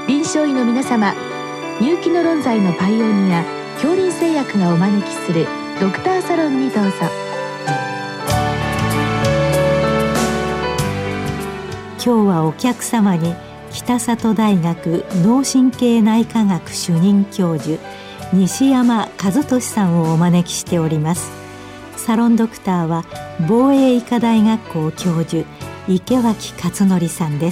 臨床医の皆様、入気の論剤のパイオニア杏林製薬がお招きするドクターサロンにどうぞ。 今日はお客様に北里大学脳神経内科学主任教授西山和俊さんをお招きしております。サロンドクターは防衛医科大学校教授池脇勝則さんです。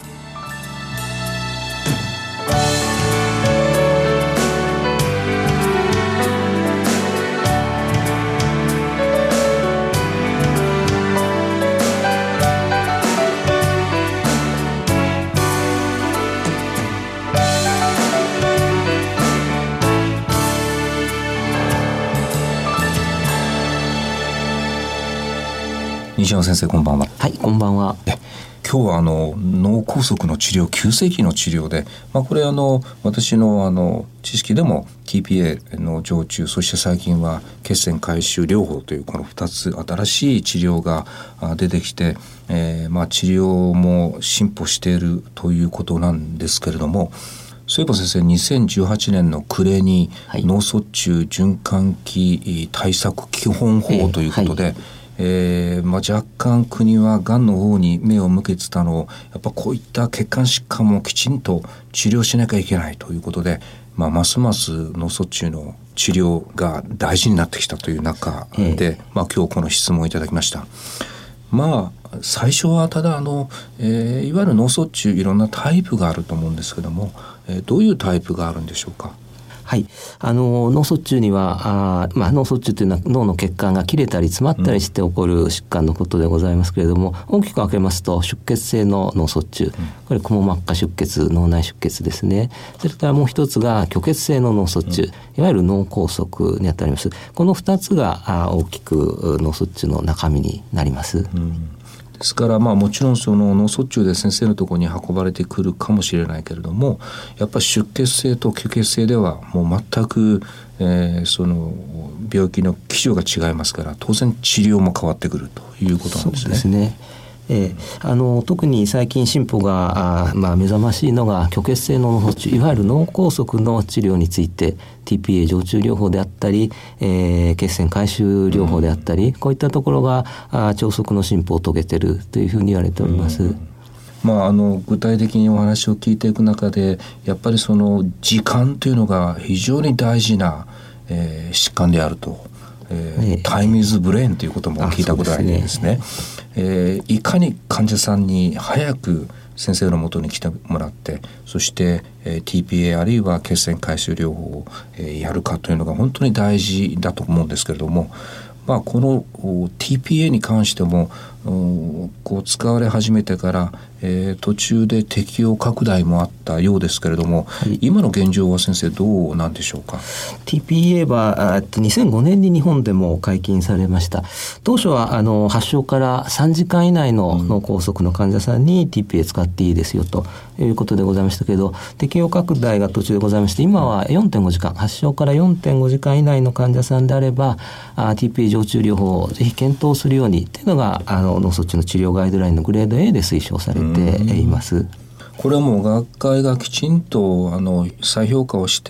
西山先生、こんばんは。 はい、こんばんは。 今日は脳梗塞の治療、急性期の治療で、これ私の知識でも TPA の常駐、そして最近は血栓回収療法というこの2つ新しい治療が出てきて、治療も進歩しているということなんですけれども、そういえば先生、2018年の暮れに脳卒中循環器対策基本法ということで、若干国はがんの方に目を向けてたのを、やっぱこういった血管疾患もきちんと治療しなきゃいけないということで、ますます脳卒中の治療が大事になってきたという中で、今日この質問をいただきました。最初はただいわゆる脳卒中、いろんなタイプがあると思うんですけども、どういうタイプがあるんでしょうか。 はい、脳卒中には脳卒中というのは脳の血管が切れたり詰まったりして起こる疾患のことでございますけれども、大きく分けますと出血性の脳卒中、これくも膜下出血、脳内出血ですね。それからもう一つが虚血性の脳卒中、いわゆる脳梗塞にあたります。この2つが大きく脳卒中の中身になります。 ですからもちろんその脳卒中で先生のところに運ばれてくるかもしれないけれども、やっぱり出血性と虚血性ではもう全く、その病気の基準が違いますから、当然治療も変わってくるということなんですね。 そうですね。特に最近進歩が目覚ましいのが虚血性の脳卒中、いわゆる脳梗塞の治療について TPA 常駐療法であったり、血栓回収療法であったり、こういったところが超速の進歩を遂げているというふうに言われております。 具体的にお話を聞いていく中で、やっぱりその時間というのが非常に大事な、疾患であると、タイムイズブレインということも聞いたことがあるんですね。いかに患者さんに早く先生のもとに来てもらって、そして、TPA あるいは血栓回収療法を、やるかというのが本当に大事だと思うんですけれども、この TPA に関しても使われ始めてから、途中で適用拡大もあったようですけれども、今の現状は先生どうなんでしょうか。 TPA は2005年に日本でも解禁されました。当初は発症から3時間以内の脳梗塞の患者さんに TPA 使っていいですよということでございましたけど、適用拡大が途中でございまして、今は 4.5 時間、発症から 4.5 時間以内の患者さんであればTPA 常駐療法をぜひ検討するようにというのが脳卒中の治療ガイドラインのグレード A で推奨されています。 これはもう学会がきちんと再評価をして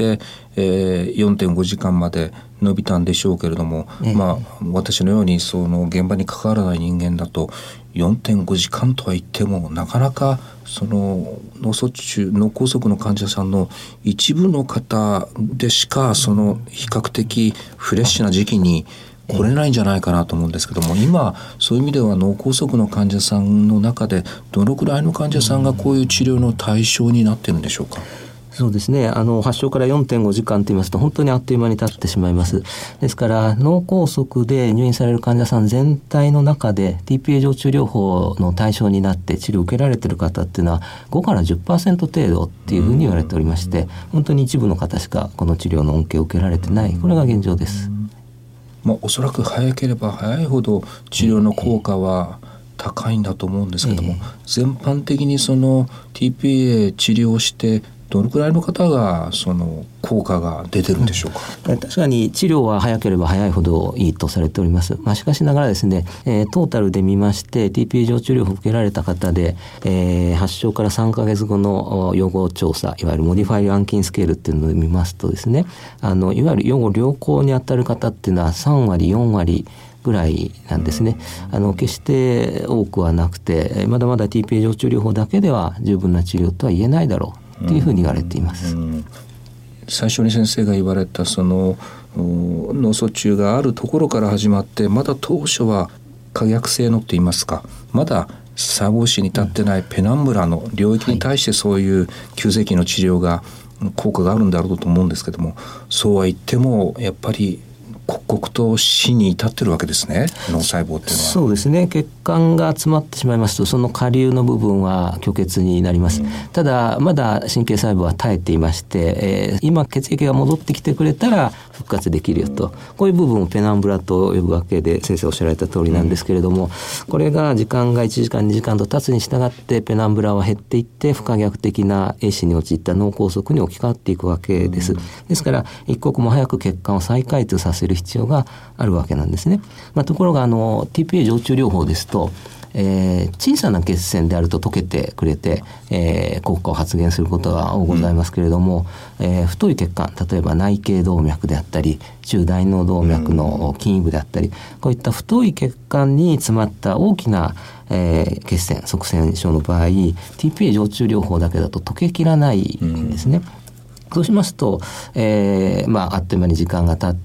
、4.5 時間まで伸びたんでしょうけれども、私のようにその現場に関わらない人間だと 4.5 時間とは言っても、なかなかその脳卒中、脳梗塞の患者さんの一部の方でしかその比較的フレッシュな時期に来れないんじゃないかなと思うんですけども、今そういう意味では脳梗塞の患者さんの中でどのくらいの患者さんがこういう治療の対象になっているんでしょうか。 そうですね。発症から 4.5 時間と言いますと本当にあっという間に経ってしまいます。ですから脳梗塞で入院される患者さん全体の中で TPA 常駐療法の対象になって治療を受けられている方っていうのは5から 10% 程度っていうふうに言われておりまして、本当に一部の方しかこの治療の恩恵を受けられてない、これが現状です。 おそらく早ければ早いほど治療の効果は高いんだと思うんですけども、全般的にその TPA 治療してどのくらいの方がその効果が出てるんでしょうか。 確かに治療は早ければ早いほどいいとされております。しかしながらですね、トータルで見まして TPA 常駐療法を受けられた方で、発症から3ヶ月後の予後調査、いわゆるモディファイル暗筋スケールっていうのを見ますとですね、いわゆる予後良好に当たる方っていうのは3割4割ぐらいなんですね。決して多くはなくて、まだまだ TPA 常駐療法だけでは十分な治療とは言えないだろうというふうに言われています。 最初に先生が言われたその脳卒中があるところから始まって、まだ当初は可逆性のって言いますか、まだ細胞死に至ってないペナンブラの領域に対してそういう急性期の治療が効果があるんだろうと思うんですけども、そうは言ってもやっぱり刻々と死に至ってるわけですね、脳細胞っていうのは。 そうですね。血管が詰まってしまいますと、その下流の部分は虚血になります。ただまだ神経細胞は耐えていまして、今血液が戻ってきてくれたら復活できるよと、こういう部分をペナンブラと呼ぶわけで、先生おっしゃられた通りなんですけれども、これが時間が1時間2時間と経つに従ってペナンブラは減っていって、不可逆的な壊死に陥った脳梗塞に置き換わっていくわけです。ですから一刻も早く血管を再開通させる必要があるわけなんですね。ところがTPA 常駐療法ですと、小さな血栓であると溶けてくれて、効果を発現することがございますけれども、太い血管、例えば内頸動脈であったり中大脳動脈の筋部であったり、こういった太い血管に詰まった大きな血栓、塞栓症の場合 TPA 常駐療法だけだと溶けきらないんですね。そうしますと、あっという間に時間が経って、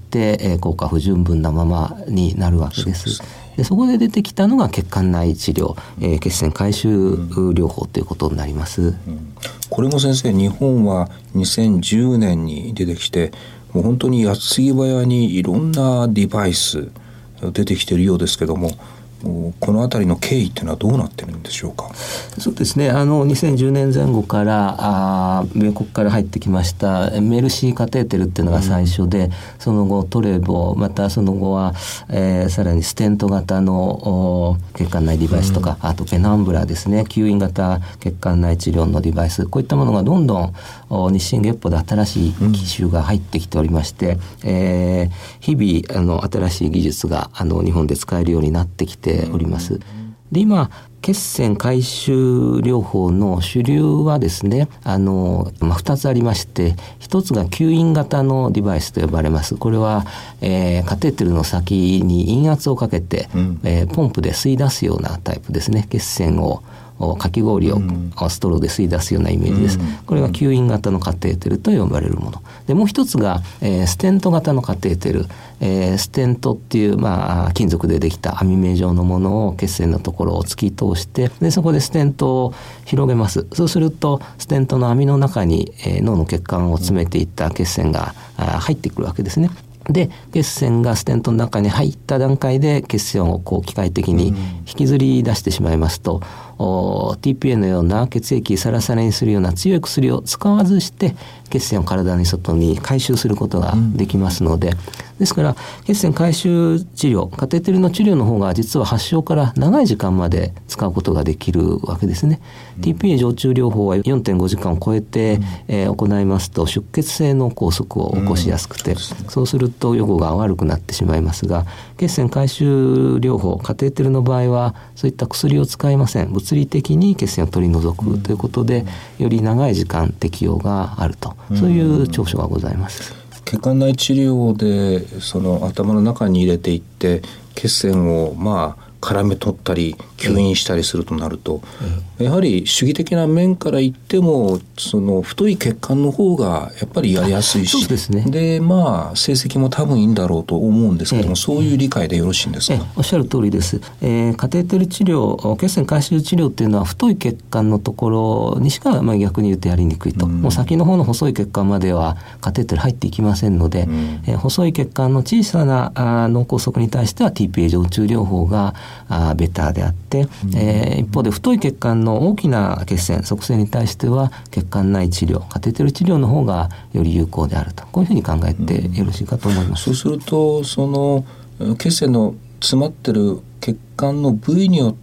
効果不十分なままになるわけです。でそこで出てきたのが血管内治療、血栓回収療法ということになります。 これも先生、日本は2010年に出てきて、もう本当に矢継ぎ早にいろんなデバイス出てきているようですけども、このあたりの経緯というのはどうなってるんでしょうか。 そうですね、2010年前後から米国から入ってきましたメルシーカテーテルっていうのが最初で、その後トレボ、またその後は、さらにステント型の血管内デバイスとか、あとペナンブラですね、吸引型血管内治療のデバイス、こういったものがどんどん日進月歩で新しい機種が入ってきておりまして、日々新しい技術が日本で使えるようになってきております。で今血栓回収療法の主流はですね、2つありまして、1つが吸引型のデバイスと呼ばれます。これは、カテーテルの先に陰圧をかけて、ポンプで吸い出すようなタイプですね。血栓をかき氷をストローで吸い出すようなイメージです。これが吸引型のカテーテルと呼ばれるもので、もう一つが、ステント型のカテーテル、ステントっていう、金属でできた網目状のものを血栓のところを突き通して、でそこでステントを広げます。そうするとステントの網の中に、脳の血管を詰めていった血栓が入ってくるわけですね。で血栓がステントの中に入った段階で血栓を機械的に引きずり出してしまいますと、TPA のような血液サラサラにするような強い薬を使わずして血栓を体の外に回収することができますので、ですから血栓回収治療、カテーテルの治療の方が実は発症から長い時間まで使うことができるわけですね。TPA 常駐療法は 4.5 時間を超えて、行いますと出血性脳梗塞を起こしやすくて、そうすると予後が悪くなってしまいますが、血栓回収療法、カテーテルの場合はそういった薬を使いません。物理的に血栓を取り除くということで、より長い時間適用があると、そういう長所がございます。 血管内治療でその頭の中に入れていって血栓を絡め取ったり吸引したりするとなると、やはり主義的な面から言ってもその太い血管の方がやっぱりやりやすいし、 そうですね。 で成績も多分いいんだろうと思うんですけども、そういう理解でよろしいんですか。 おっしゃる通りです。カテーテル治療、血栓回収治療っていうのは太い血管のところにしか逆に言うとやりにくいと、もう先の方の細い血管まではカテーテル入っていきませんので、細い血管の小さな脳梗塞に対しては TPA 常駐療法がベターであって、一方で太い血管の大きな血栓、塞栓に対しては血管内治療、カテーテル治療の方がより有効であると、こういうふうに考えてよろしいかと思います。 そうするとその血栓の詰まってる血管の部位によって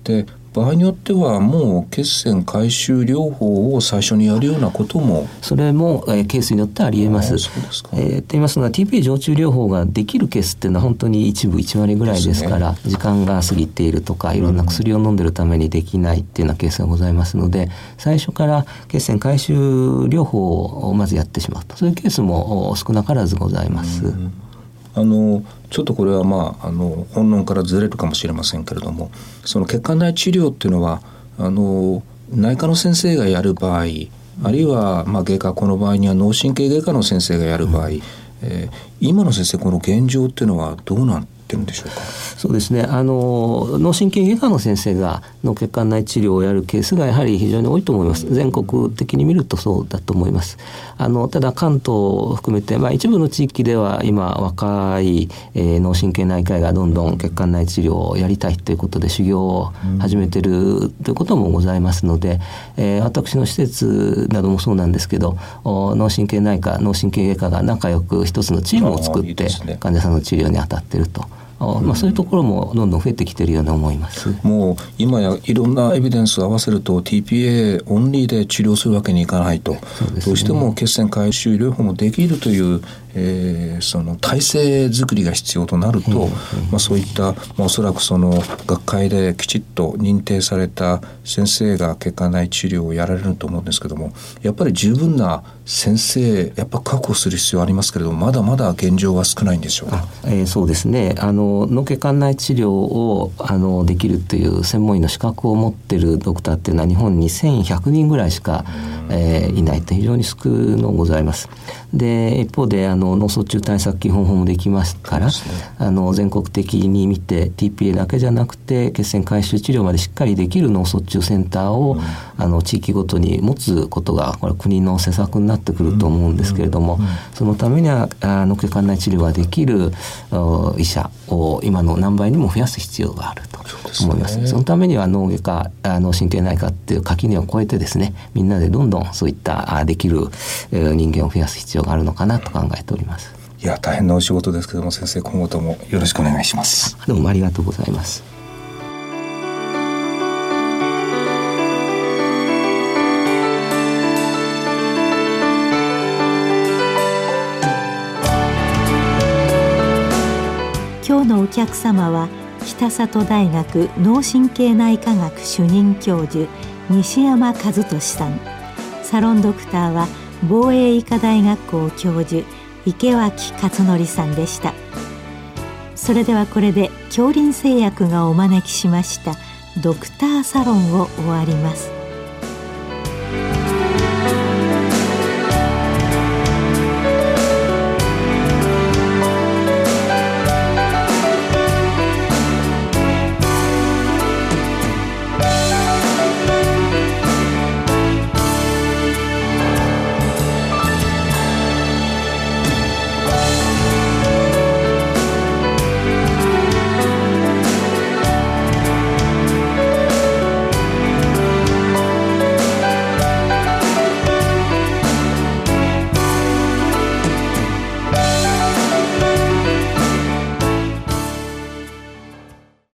場合によってはもう血栓回収療法を最初にやるようなこともそれも、ケースによってありえます。 そうですか。 と言いますのは TPA 常駐療法ができるケースっていうのは本当に一部1割ぐらいですから、時間が過ぎているとかいろんな薬を飲んでるためにできないっていうようなケースがございますので、最初から血栓回収療法をまずやってしまうと、そういうケースも少なからずございます。 ちょっとこれは本論からずれるかもしれませんけれども、その血管内治療っていうのは内科の先生がやる場合、あるいは外科、この場合には脳神経外科の先生がやる場合、今の先生この現状っていうのはどうなってるんでしょうか。 そうですね、脳神経外科の先生が脳血管内治療をやるケースがやはり非常に多いと思います。全国的に見るとそうだと思います。ただ関東を含めて、一部の地域では今若い、脳神経内科医がどんどん血管内治療をやりたいということで修行を始めているということもございますので、私の施設などもそうなんですけど、脳神経内科、脳神経外科が仲良く一つのチームを作って患者さんの治療に当たっていると、そういうところもどんどん増えてきているように思います。 もう今やいろんなエビデンスを合わせると TPA オンリーで治療するわけにいかないと、どうしても血栓回収療法もできるという、その体制づくりが必要となると、そういったおそらくその学会できちっと認定された先生が血管内治療をやられると思うんですけども、やっぱり十分な先生やっぱ確保する必要ありますけれども、まだまだ現状は少ないんでしょうか。 そうですね、脳血管内治療をできるという専門医の資格を持っているドクターっていうのは日本に1100人ぐらいしか、いないと非常に少のございます。で一方で脳卒中対策基本法もできますから、全国的に見て TPA だけじゃなくて血栓回収治療までしっかりできる脳卒中センターを、地域ごとに持つことがこれ国の施策になってくると思うんですけれども、そのためには脳血管内治療ができる医者を今の何倍にも増やす必要があると思います。そのためには脳外科、脳神経内科っていう垣根を越えてですね、みんなでどんどんそういったできる人間を増やす必要があるのかなと考えております。 いや大変なお仕事ですけども、先生今後ともよろしくお願いします。 どうもありがとうございます。 今日のお客様は北里大学脳神経内科学主任教授西山和俊さん、サロンドクターは防衛医科大学校教授池脇勝則さんでした。それではこれで杏林製薬がお招きしましたドクターサロンを終わります。